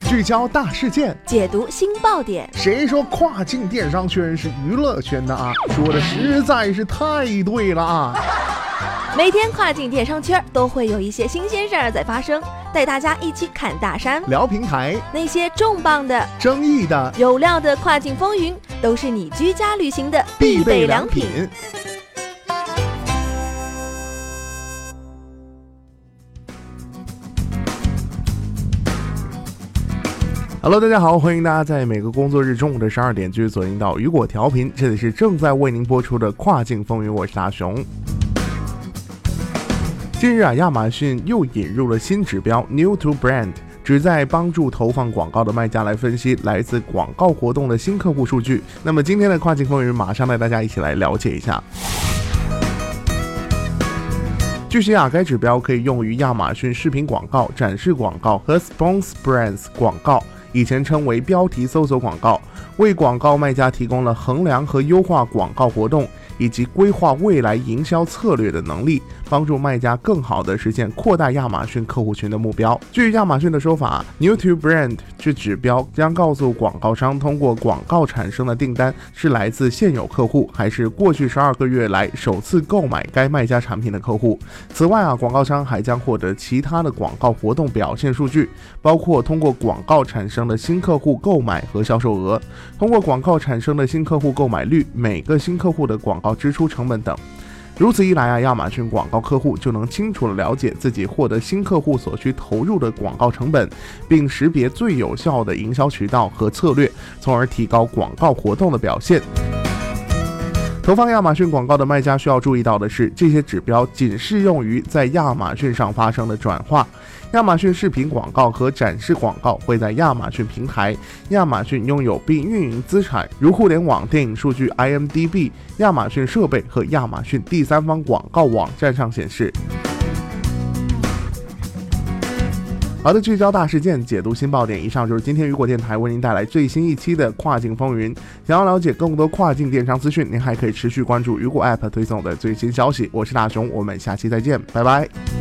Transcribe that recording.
聚焦大事件， 解读新爆点。 谁说跨境电商圈是娱乐圈的啊？说的实在是太对了啊！ 每天跨境电商圈都会有一些新鲜事儿在发生，带大家一起看大山， 聊平台， 那些重磅的、 争议的、 有料的跨境风云，都是你居家旅行的必备良品。 Hello， 大家好，欢迎大家在每个工作日中午的12点继续锁定到雨果调频，这里是正在为您播出的跨境风云，我是大熊。近日亚马逊又引入了新指标 New to Brand， 旨在帮助投放广告的卖家来分析来自广告活动的新客户数据。那么今天的跨境风云马上带大家一起来了解一下。据悉该指标可以用于亚马逊视频广告、展示广告和 Sponsor Brands 广告，以前称为标题搜索广告，为广告卖家提供了衡量和优化广告活动以及规划未来营销策略的能力，帮助卖家更好地实现扩大亚马逊客户群的目标。据亚马逊的说法， New to Brand 这指标将告诉广告商，通过广告产生的订单是来自现有客户，还是过去12个月来首次购买该卖家产品的客户。此外广告商还将获得其他的广告活动表现数据，包括通过广告产生的新客户购买和销售额，通过广告产生的新客户购买率，每个新客户的广告支出成本等。如此一来亚马逊广告客户就能清楚地了解自己获得新客户所需投入的广告成本，并识别最有效的营销渠道和策略，从而提高广告活动的表现。投放亚马逊广告的卖家需要注意到的是，这些指标仅适用于在亚马逊上发生的转化。亚马逊视频广告和展示广告会在亚马逊平台、亚马逊拥有并运营资产，如互联网电影数据 IMDB、亚马逊设备和亚马逊第三方广告网站上显示。好的，聚焦大事件，解读新爆点。以上就是今天雨果电台为您带来最新一期的跨境风云。想要了解更多跨境电商资讯，您还可以持续关注雨果 App 推送的最新消息。我是大熊，我们下期再见，拜拜。